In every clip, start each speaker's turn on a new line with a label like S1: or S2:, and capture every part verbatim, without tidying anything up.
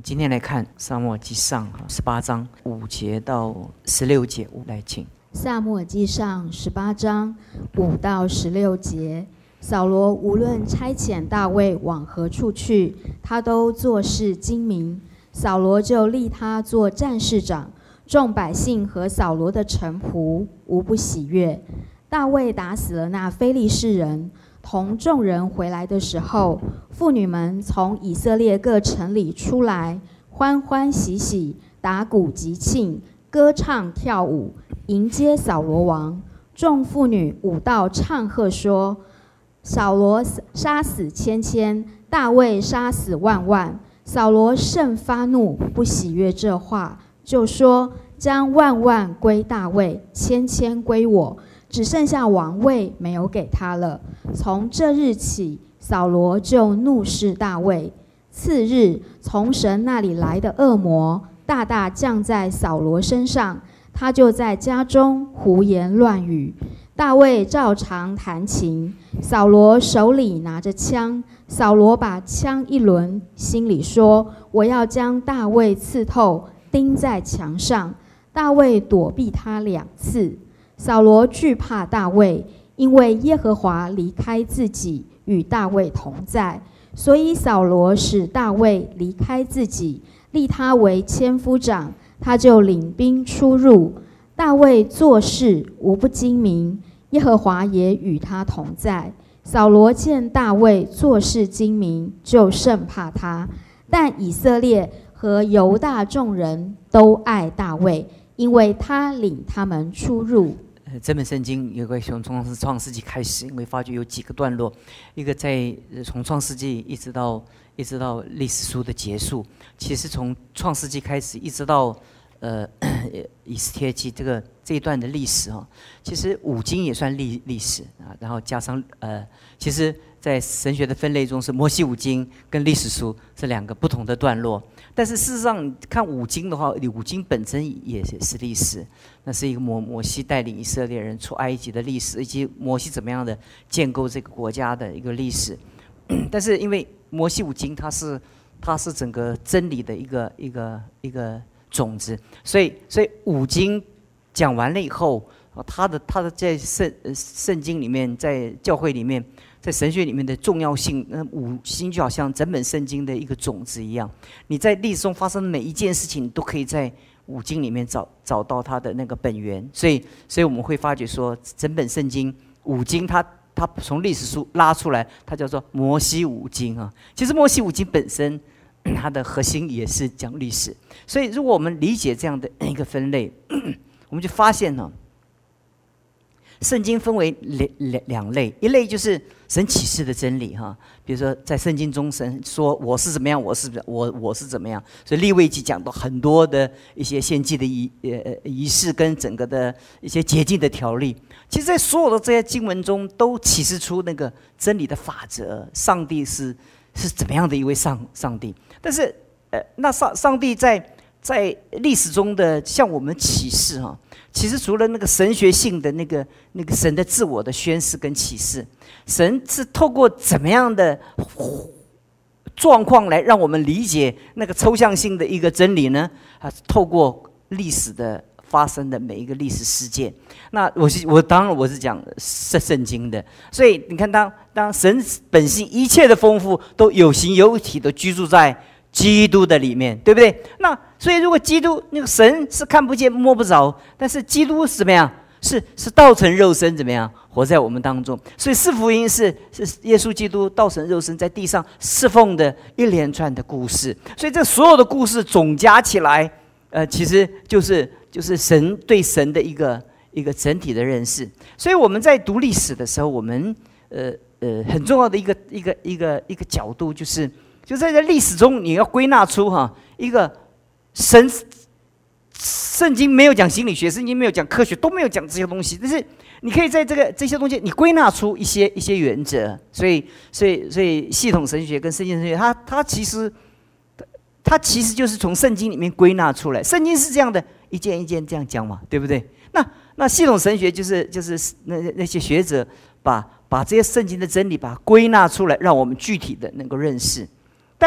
S1: 今天来看撒母耳记上十八章五节到十六节，我来请。
S2: 撒母耳记上十八章五到十六节，扫罗无论差遣大卫往何处去，他都做事精明。扫罗就立他做战士长，众百姓和扫罗的臣仆无不喜悦。大卫打死了那非利士人，同众人回来的时候，妇女们从以色列各城里出来，欢欢喜喜，打鼓击磬，歌唱跳舞，迎接扫罗王。众妇女舞蹈唱和说：扫罗杀死千千，大卫杀死万万。扫罗甚发怒，不喜悦这话，就说：将万万归大卫，千千归我，只剩下王位没有给他了。从这日起，扫罗就怒视大卫。次日，从神那里来的恶魔大大降在扫罗身上，他就在家中胡言乱语。大卫照常弹琴，扫罗手里拿着枪。扫罗把枪一抡，心里说：我要将大卫刺透，钉在墙上。大卫躲避他两次。扫罗惧怕大卫，因为耶和华离开自己，与大卫同在，所以扫罗使大卫离开自己，立他为千夫长，他就领兵出入。大卫做事无不精明，耶和华也与他同在。扫罗见大卫做事精明，就甚怕他。但以色列和犹大众人都爱大卫，因为他领他们出入。
S1: 这本圣经有个从创创世纪开始，你会发觉有几个段落，一个在从创世纪一直到一直到历史书的结束。其实从创世纪开始一直到呃以斯帖记这个这一段的历史啊，其实五经也算历历史啊，然后加上呃，其实在神学的分类中是摩西五经跟历史书是两个不同的段落。但是事实上看五经的话，五经本身也是历史，那是一个摩摩西带领以色列人出埃及的历史，以及摩西怎么样的建构这个国家的一个历史。但是因为摩西五经它是它是整个真理的一个一个一个种子，所以所以五经讲完了以后，它的它的在圣圣经里面，在教会里面，在神学里面的重要性，那五经就好像整本圣经的一个种子一样。你在历史中发生的每一件事情，你都可以在五经里面找找到它的那个本源。所以，所以我们会发觉说，整本圣经五经它，它从历史书拉出来，它叫做摩西五经啊。其实摩西五经本身，它的核心也是讲历史。所以，如果我们理解这样的一个分类，我们就发现呢，圣经分为两两两类，一类就是神启示的真理哈，比如说在圣经中，神说我是怎么样，我是我我是怎么样，所以利未记讲到很多的一些献祭的仪呃仪式跟整个的一些洁净的条例，其实，在所有的这些经文中，都启示出那个真理的法则，上帝是是怎么样的一位上上帝。但是呃，那上上帝在在历史中的向我们启示哈，其实除了那个神学性的那个那个神的自我的宣示跟启示，神是透过怎么样的状况来让我们理解那个抽象性的一个真理呢？啊，透过历史的发生的每一个历史事件。那我是我当然我是讲圣圣经的，所以你看当当神本性一切的丰富都有形有体的居住在基督的里面，对不对？那所以如果基督那个神是看不见摸不着，但是基督是怎么样？是是道成肉身怎么样活在我们当中？所以四福音是是耶稣基督道成肉身在地上侍奉的一连串的故事。所以这所有的故事总加起来，呃，其实就是就是神对神的一个一个整体的认识。所以我们在读历史的时候，我们呃呃很重要的一个一个一个一个角度就是。就在这历史中，你要归纳出哈一个神，圣经没有讲心理学，圣经没有讲科学，都没有讲这些东西。但是你可以在这个这些东西，你归纳出一些一些原则。所以，所以，所以系统神学跟圣经神学，它它其实它其实就是从圣经里面归纳出来。圣经是这样的一件一件这样讲嘛，对不对？那那系统神学就是就是那那些学者把把这些圣经的真理把它归纳出来，让我们具体的能够认识。但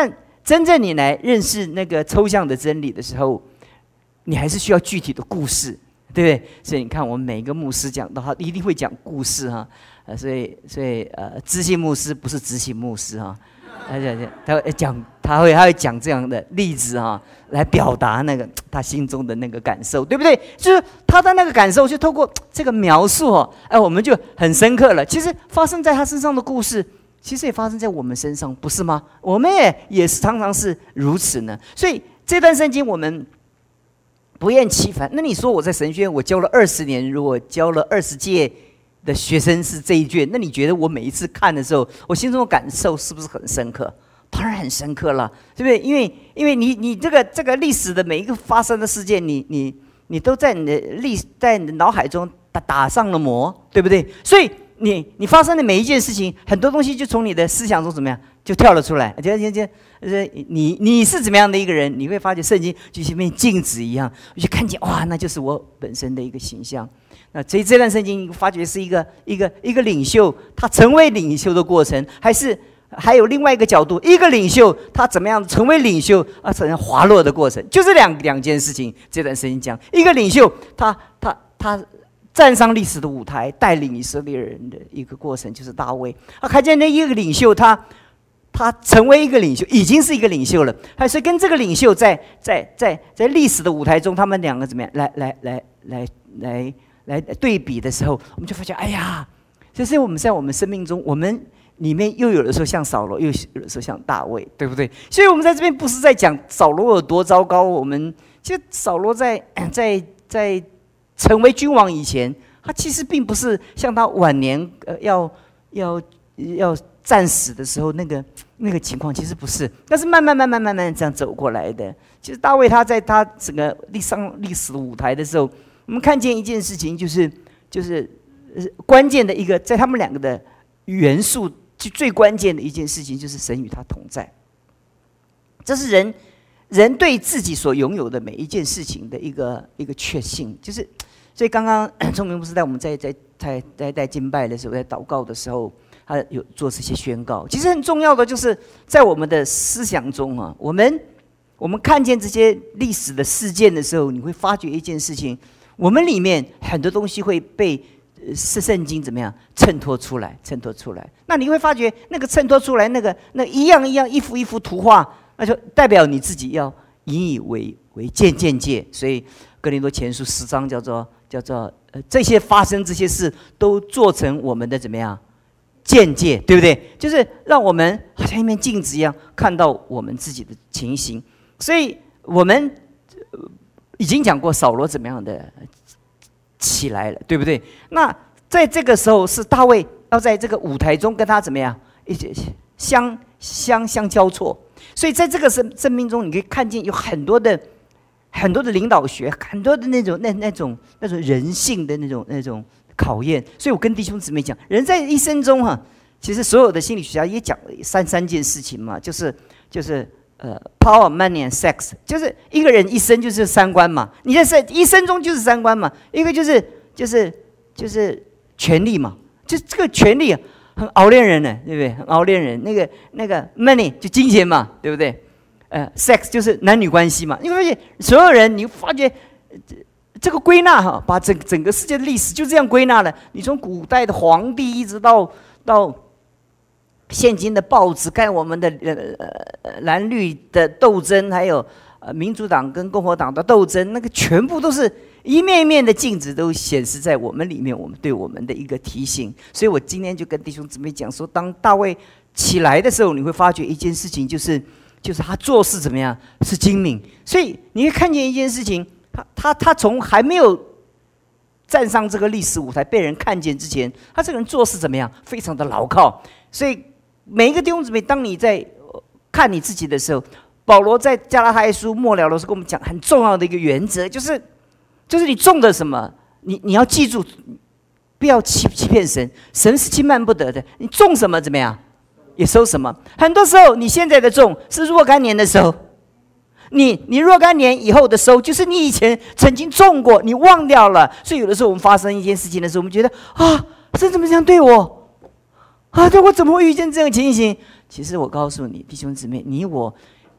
S1: 真正你来认识那个抽象的真理的时候，你还是需要具体的故事，对不对？所以你看，我们每一个牧师讲到，他一定会讲故事哈。呃，所以所以呃，知性牧师不是执行牧师哈。他讲他会讲，他会他会讲这样的例子哈，来表达那个他心中的那个感受，对不对？就是他的那个感受，就透过这个描述哦，哎，我们就很深刻了。其实发生在他身上的故事，其实也发生在我们身上，不是吗？我们也也是常常是如此呢。所以这段圣经我们不厌其烦。那你说我在神学院我教了二十年，如果教了二十届的学生是这一卷，那你觉得我每一次看的时候，我心中的感受是不是很深刻？当然很深刻了，对不对？因为因为你你这个这个历史的每一个发生的事件，你你你都在你的历在你的脑海中打打上了膜，对不对？所以你你发生的每一件事情，很多东西就从你的思想中怎么样就跳了出来。就就就呃，你你是怎么样的一个人，你会发觉圣经就像一面镜子一样，我就看见哇，那就是我本身的一个形象。那所以这段圣经发觉是一个一个一个领袖他成为领袖的过程，还是还有另外一个角度，一个领袖他怎么样成为领袖啊，成为滑落的过程，就是两两件事情。这段圣经讲一个领袖他他他站上历史的舞台，带领以色列人的一个过程，就是大卫啊，看见那一个领袖他他成为一个领袖，已经是一个领袖了，还是跟这个领袖在在在在历史的舞台中，他们两个怎么样来来来来来来对比的时候，我们就发现，哎呀，这是我们在我们生命中，我们里面又有的时候像扫罗，又有的时候像大卫，对不对？所以我们在这边不是在讲扫罗有多糟糕，我们其实扫罗在在在成为君王以前，他其实并不是像他晚年呃要要要战死的时候那个那个情况，其实不是，但是慢慢慢慢慢慢这样走过来的。其实大卫他在他整个历上历史的舞台的时候，我们看见一件事情，就是就是关键的一个，在他们两个的元素，就最关键的一件事情，就是神与他同在。这是人人对自己所拥有的每一件事情的一个一个确信，就是。所以刚刚聪明牧师在我们在在在在在敬拜的时候，在祷告的时候，他有做这些宣告。其实很重要的就是在我们的思想中啊，我们我们看见这些历史的事件的时候，你会发觉一件事情，我们里面很多东西会被是圣经怎么样衬托出来，衬托出来。那你会发觉那个衬托出来那个那一样一样一幅一幅图画，那就代表你自己要引以为为鉴鉴戒。所以哥林多前书十章叫做。叫做呃，这些发生这些事都做成我们的怎么样见解，对不对？就是让我们好像一面镜子一样看到我们自己的情形。所以我们、呃、已经讲过扫罗怎么样的起来了，对不对？那在这个时候是大卫要在这个舞台中跟他怎么样一起相相相交错。所以在这个生生命中，你可以看见有很多的。很多的领导学，很多的那种那那种那种人性的那种那种考验，所以我跟弟兄姊妹讲，人在一生中哈、啊，其实所有的心理学家也讲三三件事情嘛，就是就是呃 ，power, money and sex， 就是一个人一生就是三观嘛，你在一生中就是三观嘛，一个就是就是就是权力嘛，就这个权力、啊、很熬炼人呢，对不对？很熬炼人，那个那个 money 就金钱嘛，对不对？呃 ，sex 就是男女关系嘛，你会发现所有人，你发觉、呃、这个归纳哈，把整整个世界的历史就这样归纳了。你从古代的皇帝一直到到现今的报纸，看我们的呃蓝绿的斗争，还有呃民主党跟共和党的斗争，那个全部都是一面一面的镜子，都显示在我们里面，我们对我们的一个提醒。所以我今天就跟弟兄姊妹讲说，当大卫起来的时候，你会发觉一件事情，就是。就是他做事怎么样是精明，所以你会看见一件事情，他他他从还没有站上这个历史舞台被人看见之前，他这个人做事怎么样非常的牢靠。所以每一个弟兄姊妹，当你在看你自己的时候，保罗在加拉太书末了的时候跟我们讲很重要的一个原则，就是就是你种的什么，你你要记住，不要欺欺骗神，神是轻慢不得的，你种什么怎么样也收什么。很多时候，你现在的种是若干年的时候，你你若干年以后的收，就是你以前曾经种过，你忘掉了。所以有的时候我们发生一件事情的时候，我们觉得啊，神怎么这样对我啊？对我怎么会遇见这样情形？其实我告诉你，弟兄姊妹，你我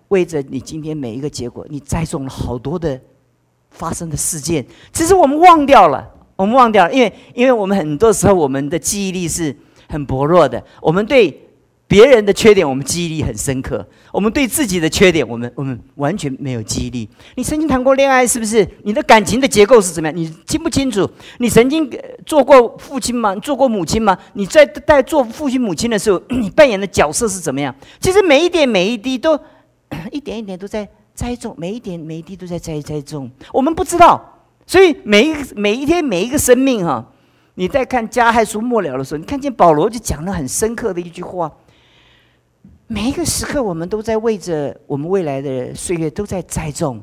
S1: 为着你今天每一个结果，你栽种了好多的发生的事件，只是我们忘掉了，我们忘掉了，因为因为我们很多时候我们的记忆力是很薄弱的，我们对别人的缺点我们记忆力很深刻，我们对自己的缺点我们我们完全没有记忆力。你曾经谈过恋爱是不是？你的感情的结构是怎么样？你清不清楚？你曾经做过父亲吗？做过母亲吗？你在在做父亲母亲的时候，你扮演的角色是怎么样？其实每一点每一滴都一点一点都在栽种，每一点每一滴都在栽栽种，我们不知道。所以每一每一天每一个生命哈，你在看加害书末了的时候，你看见保罗就讲了很深刻的一句话。每一个时刻，我们都在为着我们未来的岁月都在栽种。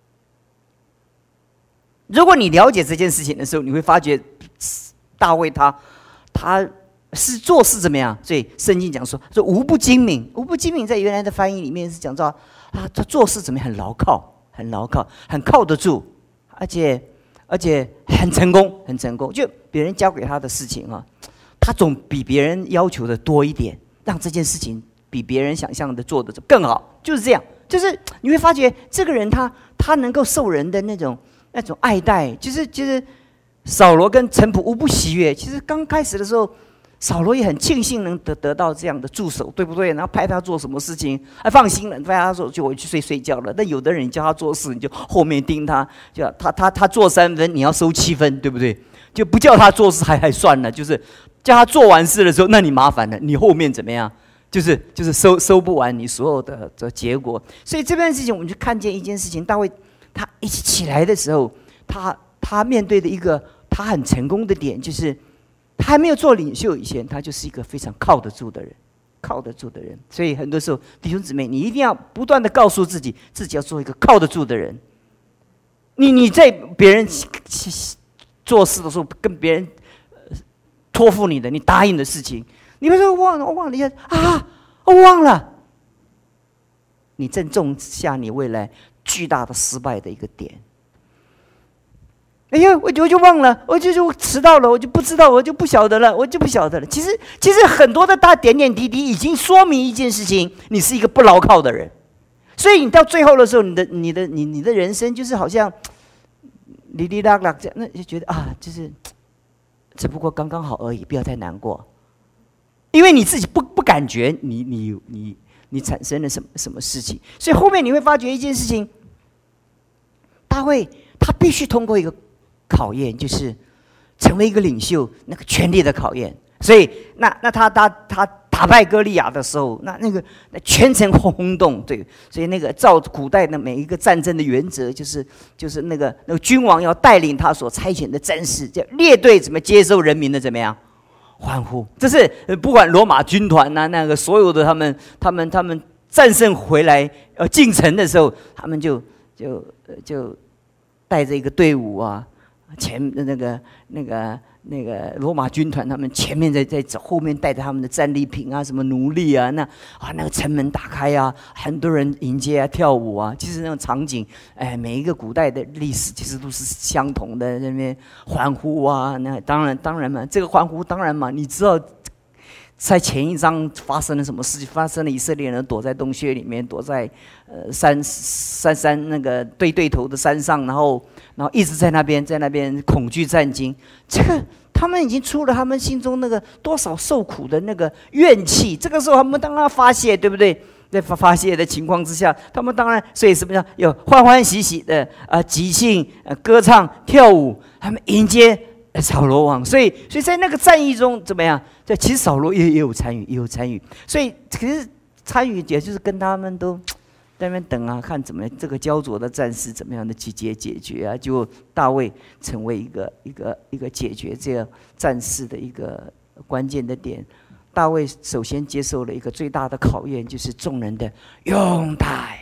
S1: 如果你了解这件事情的时候，你会发觉大卫他他是做事怎么样？所以圣经讲说说无不精明，无不精明在原来的翻译里面是讲到啊，他做事怎么样？很牢靠，很牢靠，很靠得住，而且而且很成功，很成功。就别人交给他的事情啊，他总比别人要求的多一点，让这件事情比别人想象的做的更好，就是这样。就是你会发觉这个人他他能够受人的那种那种爱戴，就是就是扫罗跟陈普无不喜悦。其实刚开始的时候，扫罗也很庆幸能得得到这样的助手，对不对？然后派他做什么事情，哎，放心了，派他说就我去睡睡觉了。但有的人你叫他做事，你就后面盯他，就他他他做三分，你要收七分，对不对？就不叫他做事还还算了，就是叫他做完事的时候，那你麻烦了，你后面怎么样？就是就是收收不完你所有的的结果。所以这件事情，我们就看见一件事情：大卫他一起起来的时候，他他面对的一个他很成功的点，就是他还没有做领袖以前，他就是一个非常靠得住的人，靠得住的人。所以很多时候，弟兄姊妹，你一定要不断的告诉自己，自己要做一个靠得住的人。你你在别人做事的时候，跟别人托付你的，你答应的事情。你会说忘了，我忘了一下啊，我忘了。你正种下你未来巨大的失败的一个点。哎呀，我就我就忘了，我就就迟到了，我就不知道，我就不晓得了，我就不晓得了。其实其实很多的大点点滴滴已经说明一件事情：你是一个不牢靠的人。所以你到最后的时候，你的你的你你的人生就是好像哩哩啦啦这样，那就觉得啊，就是只不过刚刚好而已，不要太难过。因为你自己不不感觉你你你你产生了什么什么事情，所以后面你会发觉一件事情，大卫他必须通过一个考验，就是成为一个领袖，那个权力的考验。所以那那他他他打败歌利亚的时候，那那个那全城轰动，对，所以那个照古代的每一个战争的原则，就是就是那个那个君王要带领他所差遣的战士，叫列队怎么接受人民的怎么样欢呼。这是不管罗马军团呐、啊，那个所有的他们他们他们战胜回来呃进城的时候，他们就就就带着一个队伍啊，前那个那个。那个罗马军团，他们前面在在走，后面带着他们的战利品啊，什么奴隶啊，那啊那个城门打开啊，很多人迎接啊，跳舞啊，其实那种场景，哎，每一个古代的历史其实都是相同的，在那边欢呼啊，那当然当然嘛，这个欢呼当然嘛，你知道。在前一章发生了什么事情？发生了以色列人躲在洞穴里面，躲在呃山山山那个对对头的山上，然后然后一直在那边在那边恐惧战惊。这个他们已经出了他们心中那个多少受苦的那个怨气。这个时候他们当然要发泄，对不对？在发发泄的情况之下，他们当然所以什么叫有欢欢喜喜的啊、呃、即兴、呃、歌唱跳舞，他们迎接。扫罗王，所以所以在那个战役中怎么样？对，其实扫罗也也有参与，也有参与。所以可是参与，也就是跟他们都在那边等啊，看怎么这个焦灼的战事怎么样的集结解决啊。结果大卫成为一个一个一个解决这个战事的一个关键的点。大卫首先接受了一个最大的考验，就是众人的拥戴。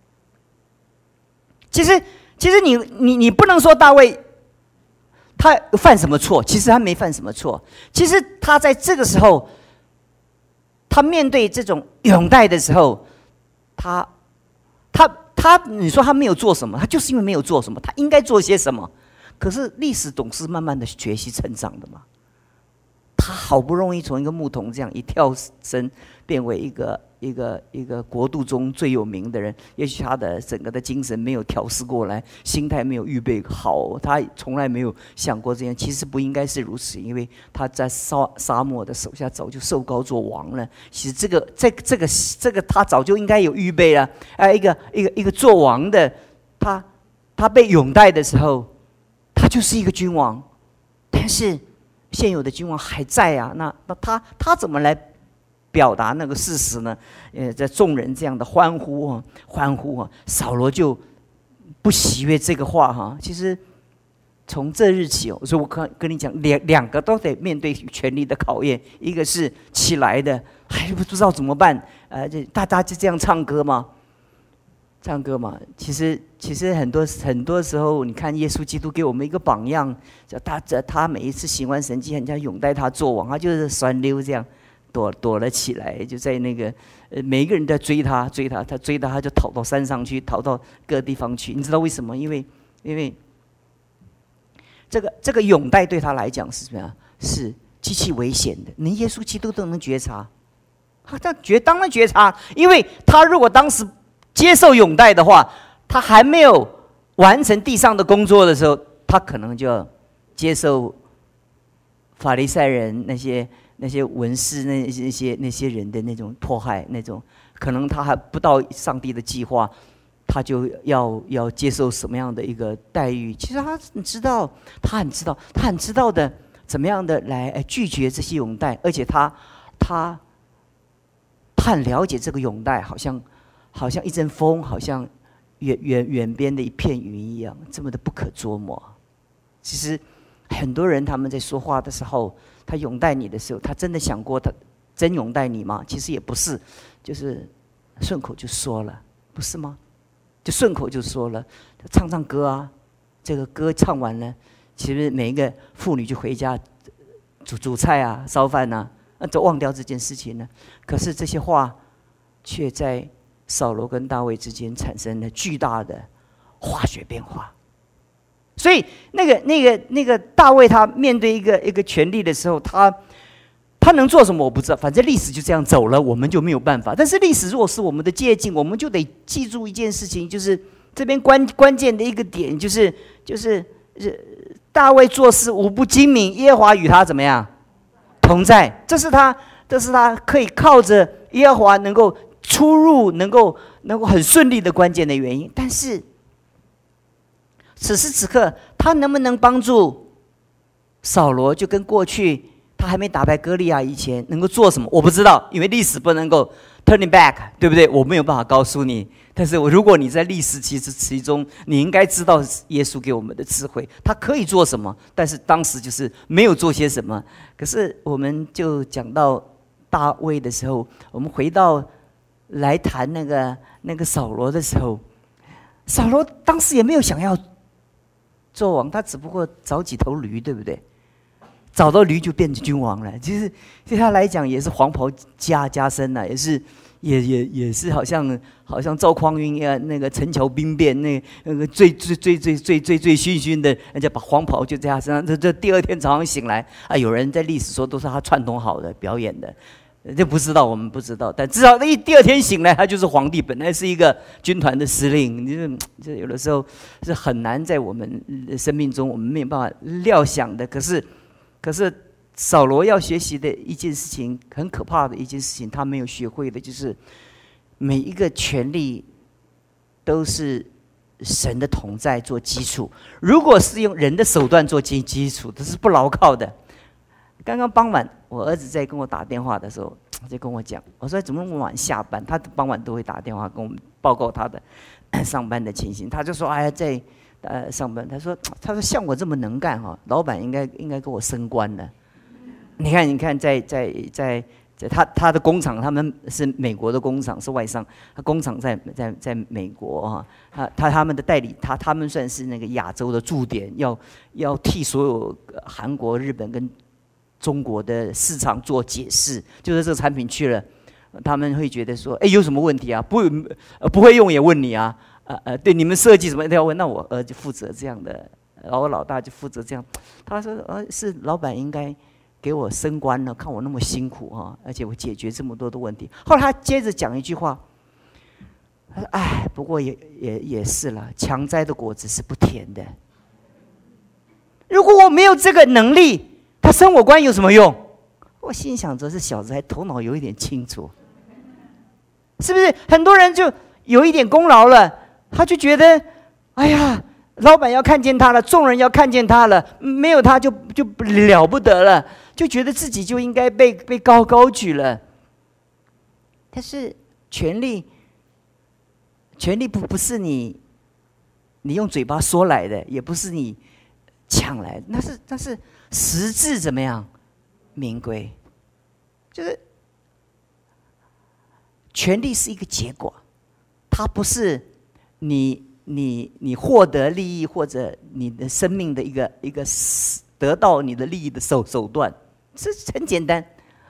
S1: 其实其实你你你不能说大卫。他犯什么错？其实他没犯什么错。其实他在这个时候，他面对这种拥戴的时候，他、他、他，你说他没有做什么？他就是因为没有做什么，他应该做些什么？可是历史总是慢慢的学习成长的嘛。他好不容易从一个牧童这样一跳身，变为一个一个一个国度中最有名的人，也许他的整个的精神没有调试过来，心态没有预备好，他从来没有想过这样。其实不应该是如此，因为他在沙沙漠的手下早就受膏做王了。其实这个这个这个这个他早就应该有预备了。哎，一个一个一个做王的，他他被拥戴的时候，他就是一个君王。但是现有的君王还在啊，那那他他怎么来表达那个事实呢？呃，在众人这样的欢呼啊，欢呼啊，扫罗就不喜悦这个话哈。其实从这日起，我说我跟跟你讲，两两个都得面对权力的考验。一个是起来的，还不知道怎么办，呃，就大家就这样唱歌吗？唱歌嘛，其实其实很多很多时候，你看耶稣基督给我们一个榜样，叫他他每一次行完神迹，人家拥戴他做王，他就是酸溜这样躲躲了起来，就在那个呃每一个人都在追他追他，他追他他就逃到山上去，逃到各个地方去。你知道为什么？因为因为这个这个拥戴对他来讲是什么样？是极其危险的。连耶稣基督都能觉察，他觉当然觉察，因为他如果当时接受拥戴的话，他还没有完成地上的工作的时候，他可能就要接受法利赛人那些那些文士那那些那些人的那种迫害，那种可能他还不到上帝的计划，他就要要接受什么样的一个待遇？其实他很知道，他很知道，他很知道的怎么样的来拒绝这些拥戴，而且他他他很了解这个拥戴，好像。好像一阵风，好像远远远边的一片云一样，这么的不可捉摸。其实很多人他们在说话的时候，他拥戴你的时候，他真的想过他真拥戴你吗？其实也不是，就是顺口就说了，不是吗？就顺口就说了，唱唱歌啊，这个歌唱完了，其实每一个妇女就回家煮煮菜啊、烧饭啊，那就忘掉这件事情了。可是这些话却在扫罗跟大卫之间产生了巨大的化学变化，所以那个、那个、那个大卫他面对一个一个权力的时候，他他能做什么我不知道，反正历史就这样走了，我们就没有办法。但是历史如果是我们的借鉴，我们就得记住一件事情，就是这边关关键的一个点，就是就是大卫做事无不精明，耶和华与他怎么样同在，这是他这是他可以靠着耶和华能够出入能够能够很顺利的关键的原因。但是此时此刻，他能不能帮助扫罗，就跟过去他还没打败歌利亚以前能够做什么，我不知道，因为历史不能够 turning back， 对不对？我没有办法告诉你。但是如果你在历史其实其中，你应该知道耶稣给我们的智慧，他可以做什么，但是当时就是没有做些什么。可是我们就讲到大卫的时候，我们回到来谈那个那个扫罗的时候，扫罗当时也没有想要做王，他只不过找几头驴，对不对？找到驴就变成君王了。其实对他来讲也是黄袍加加身了，也是也也也是好像好像赵匡胤啊，那个陈桥兵变，那那个最最最最最最最醺醺的，人家把黄袍就在他身上。这这第二天早上醒来啊，有人在历史说都是他串通好的表演的。这不知道，我们不知道，但至少一第二天醒来，他就是皇帝，本来是一个军团的司令。你这有的时候是很难在我们生命中，我们没有办法料想的。可是，可是扫罗要学习的一件事情，很可怕的一件事情，他没有学会的，就是每一个权利都是神的同在做基础。如果是用人的手段做基基础，这是不牢靠的。刚刚傍晚，我儿子在跟我打电话的时候，就跟我讲，我说怎么那么晚下班？他傍晚都会打电话跟我们报告他的上班的情形。他就说：“哎呀，在呃上班。”他说：“他说像我这么能干哈，老板应该应该给我升官了。”你看，你看，在在在在他他的工厂，他们是美国的工厂，是外商，他工厂在在在美国啊，他他他们的代理，他他们算是那个亚洲的驻点，要要替所有韩国、日本跟中国的市场做解释，就是这个产品去了，他们会觉得说，哎，有什么问题啊？不会，呃，不会用也问你啊，呃呃，对你们设计什么都要问，那我儿子负责这样的，然后我老大就负责这样。他说，呃，是老板应该给我升官了，看我那么辛苦哈，而且我解决这么多的问题。后来他接着讲一句话，他说：“哎，不过也也也是了，强摘的果子是不甜的。如果我没有这个能力，他升我官有什么用？”我心想着，这小子还头脑有一点清楚，是不是？很多人就有一点功劳了，他就觉得，哎呀，老板要看见他了，众人要看见他了，没有他就就了不得了，就觉得自己就应该被被高高举了。但是权力，权力不不是你你用嘴巴说来的，也不是你抢来的，那是那是实质怎么样？名归，就是权力是一个结果，它不是你你你获得利益或者你的生命的一个一个得到你的利益的手手段，这很简单。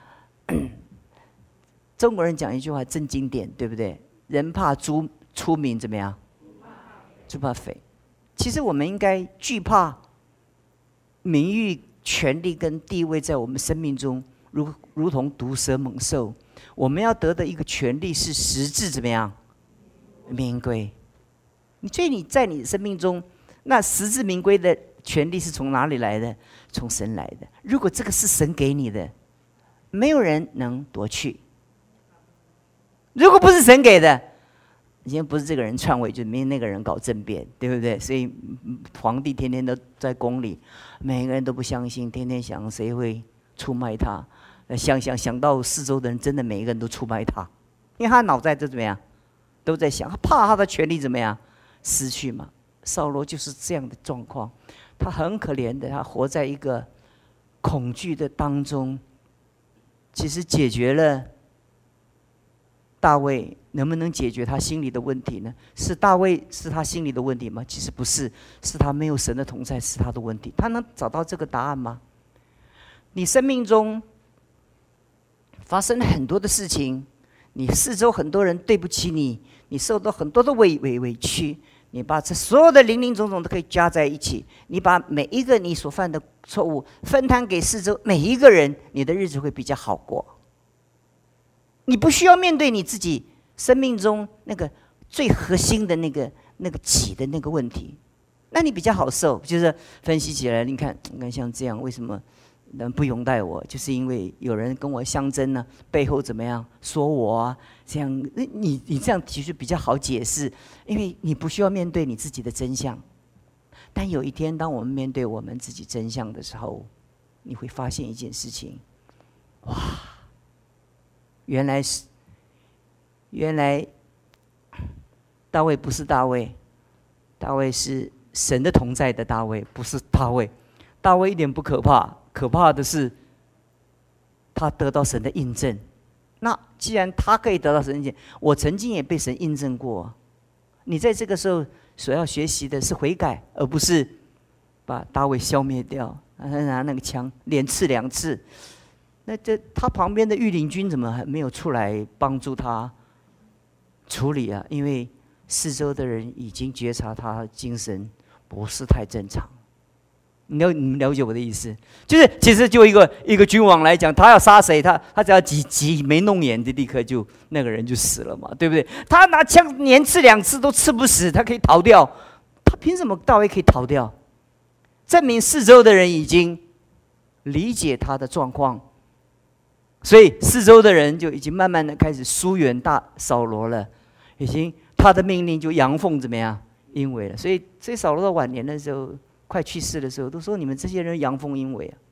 S1: 中国人讲一句话真经典，对不对？人怕猪出名怎么样？猪怕肥。其实我们应该惧怕名誉、权力跟地位在我们生命中如如同毒蛇猛兽。我们要得的一个权利是实质怎么样？名归。所以你在你生命中，那实质名归的权利是从哪里来的？从神来的。如果这个是神给你的，没有人能夺去。如果不是神给的，今天不是这个人篡位，就明天那个人搞政变，对不对？所以皇帝天天都在宫里，每个人都不相信，天天想谁会出卖他。想想想到四周的人，真的每一个人都出卖他，因为他脑袋都怎么样，都在想，他怕他的权利怎么样失去嘛。扫罗就是这样的状况，他很可怜的，他活在一个恐惧的当中。其实解决了大卫，能不能解决他心里的问题呢？是大卫是他心里的问题吗？其实不是，是他没有神的同在是他的问题。他能找到这个答案吗？你生命中发生了很多的事情，你四周很多人对不起你，你受到很多的委委委屈，你把这所有的零零总总都可以加在一起，你把每一个你所犯的错误分摊给四周每一个人，你的日子会比较好过。你不需要面对你自己生命中那个最核心的那个那个己的那个问题，那你比较好受。就是分析起来，你看，你看像这样，为什么人不拥戴我？就是因为有人跟我相争呢，背后怎么样说我啊？这样，你你这样其实比较好解释，因为你不需要面对你自己的真相。但有一天，当我们面对我们自己真相的时候，你会发现一件事情，哇！原来是，原来大卫不是大卫，大卫是神的同在的大卫，不是大卫。大卫一点不可怕，可怕的是他得到神的印证。那既然他可以得到神的印证，我曾经也被神印证过。你在这个时候所要学习的是悔改，而不是把大卫消灭掉，拿那个枪连刺两次。那这他旁边的御林军怎么还没有出来帮助他处理啊？因为四周的人已经觉察他精神不是太正常。你了你们了解我的意思？就是其实就一个一个君王来讲，他要杀谁，他他只要几几眉弄眼的，立刻就那个人就死了嘛，对不对？他拿枪连刺两次都刺不死，他可以逃掉，他凭什么大卫可以逃掉？证明四周的人已经理解他的状况。所以四周的人就已经慢慢的开始疏远大扫罗了，已经他的命令就阳奉怎么样阴违了。所以所以扫罗到晚年的时候，快去世的时候，都说你们这些人阳奉阴违啊，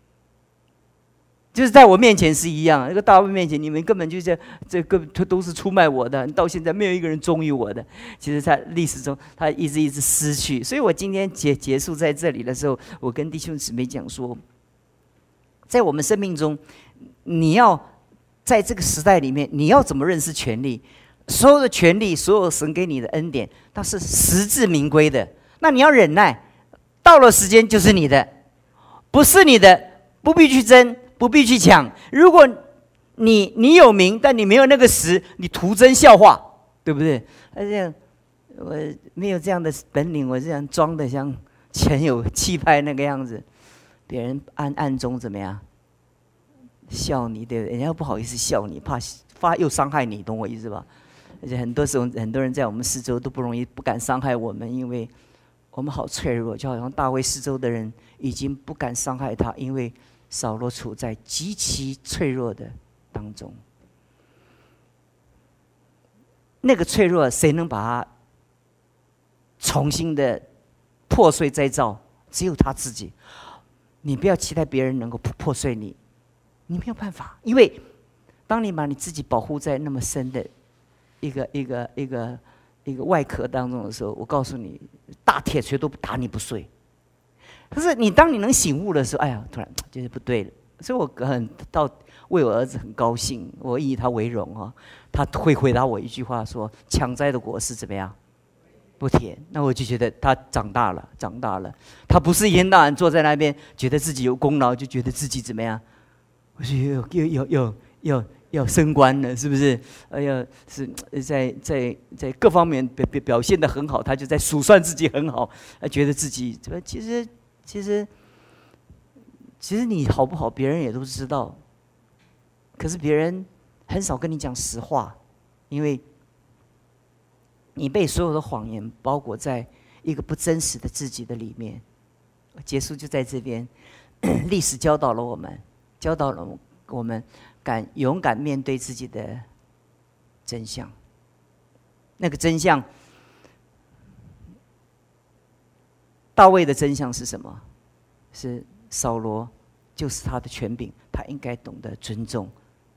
S1: 就是在我面前是一样，那个大卫面前你们根本就这这个都是出卖我的，到现在没有一个人忠于我的。其实在历史中他一直一直失去。所以我今天结结束在这里的时候，我跟弟兄姊妹讲说，在我们生命中，你要在这个时代里面，你要怎么认识权力？所有的权力，所有神给你的恩典，它是实至名归的。那你要忍耐，到了时间就是你的，不是你的，不必去争，不必去抢。如果你你有名，但你没有那个实，你徒增笑话，对不对？而且我没有这样的本领，我这样装的像前有气派那个样子，别人暗暗中怎么样笑你，对不对？人家又不好意思笑你，怕发又伤害你，懂我意思吧？而且很多时候，很多人在我们四周都不容易，不敢伤害我们，因为我们好脆弱，就好像大卫四周的人已经不敢伤害他，因为扫罗处在极其脆弱的当中。那个脆弱，谁能把它重新的破碎再造？只有他自己。你不要期待别人能够破碎你，你没有办法，因为当你把你自己保护在那么深的一个一个一个一个外壳当中的时候，我告诉你，大铁锤都打你不碎。可是你当你能醒悟的时候，哎呀，突然就是不对了。所以我很到为我儿子很高兴，我以他为荣啊。他会回答我一句话说：“强摘的果实怎么样？不甜。”那我就觉得他长大了，长大了。他不是一天到晚坐在那边，觉得自己有功劳，就觉得自己怎么样？我说又又又又又要升官了，是不是？哎呀，是在在在各方面表表表现得很好，他就在数算自己很好，觉得自己其实其实其实你好不好，别人也都知道。可是别人很少跟你讲实话，因为你被所有的谎言包裹在一个不真实的自己的里面。结束就在这边，历史教导了我们，教导了我们敢勇敢面对自己的真相。那个真相，大卫的真相是什么？是扫罗就是他的权柄，他应该懂得尊重。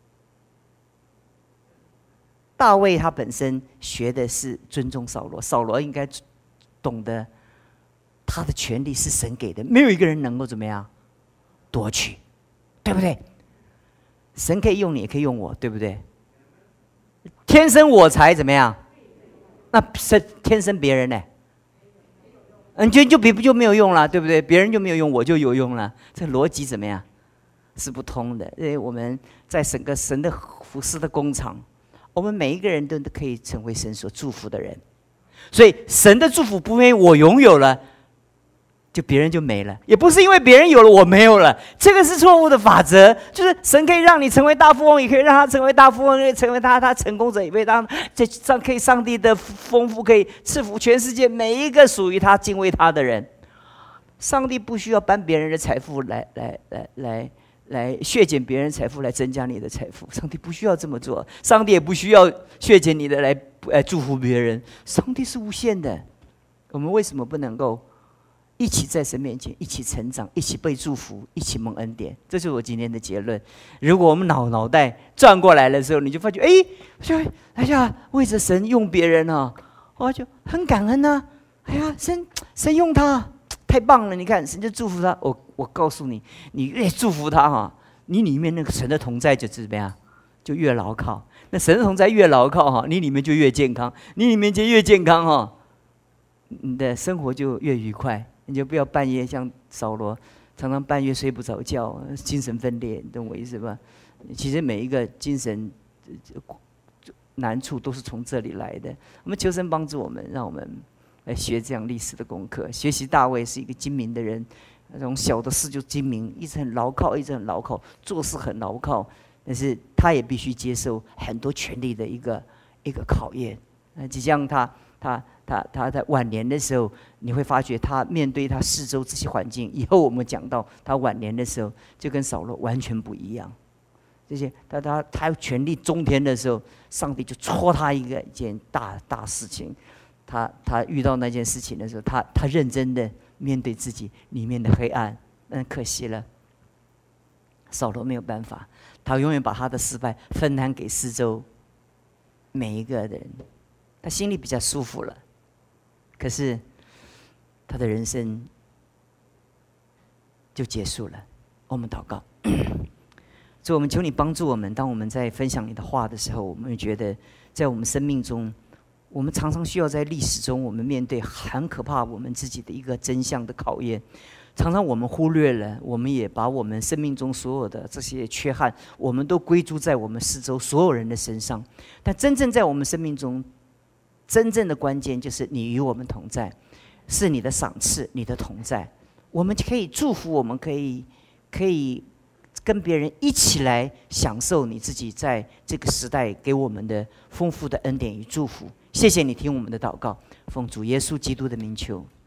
S1: 大卫他本身学的是尊重扫罗，扫罗应该懂得他的权利是神给的，没有一个人能够怎么样夺取，对不对？神可以用你，也可以用我，对不对？天生我材怎么样？那是天生别人呢？嗯，就就别就没有用了，对不对？别人就没有用，我就有用了，这逻辑怎么样？是不通的。因为我们在整个神的服侍的工厂，我们每一个人都可以成为神所祝福的人，所以神的祝福不因为我拥有了，就别人就没了，也不是因为别人有了我没有了，这个是错误的法则。就是神可以让你成为大富翁，也可以让他成为大富翁，可以成为他他成功者，也可以让这上可以上帝的丰富可以赐福全世界每一个属于他敬畏他的人。上帝不需要搬别人的财富来来来来来削减别人财富来增加你的财富，上帝不需要这么做，上帝也不需要削减你的来来祝福别人，上帝是无限的。我们为什么不能够一起在神面前一起成长，一起被祝福，一起蒙恩典？这就是我今天的结论。如果我们脑脑袋转过来的时候，你就发觉，哎，就哎呀，为着神用别人啊，我就很感恩啊。哎呀，神神用他太棒了！你看，神就祝福他。我我告诉你，你越祝福他哈，你里面那个神的同在就怎么样，就越牢靠。那神的同在越牢靠哈，你里面就越健康，你里面就越健康哈，你的生活就越愉快。你就不要半夜像扫罗，常常半夜睡不着觉，精神分裂，你懂我意思吧？其实每一个精神难处都是从这里来的。我们求神帮助我们，让我们来学这样历史的功课。学习大卫是一个精明的人，那种小的事就精明，一直很牢靠，一直很牢靠，做事很牢靠。但是他也必须接受很多权力的一个一个考验。那就像他他。他他在晚年的时候，你会发觉他面对他四周这些环境。以后我们讲到他晚年的时候，就跟扫罗完全不一样。这些他他他权力中天的时候，上帝就戳他一个一件大大事情。他他遇到那件事情的时候，他他认真的面对自己里面的黑暗。嗯，可惜了，扫罗没有办法，他永远把他的失败分摊给四周每一个人，他心里比较舒服了。可是，他的人生就结束了。我们祷告，所以我们求你帮助我们。当我们在分享你的话的时候，我们会觉得，在我们生命中，我们常常需要在历史中，我们面对很可怕我们自己的一个真相的考验。常常我们忽略了，我们也把我们生命中所有的这些缺憾，我们都归诸在我们四周所有人的身上。但真正在我们生命中，真正的关键就是你与我们同在，是你的赏赐，你的同在，我们可以祝福，我们可以可以跟别人一起来享受你自己在这个时代给我们的丰富的恩典与祝福。谢谢你听我们的祷告，奉主耶稣基督的名求。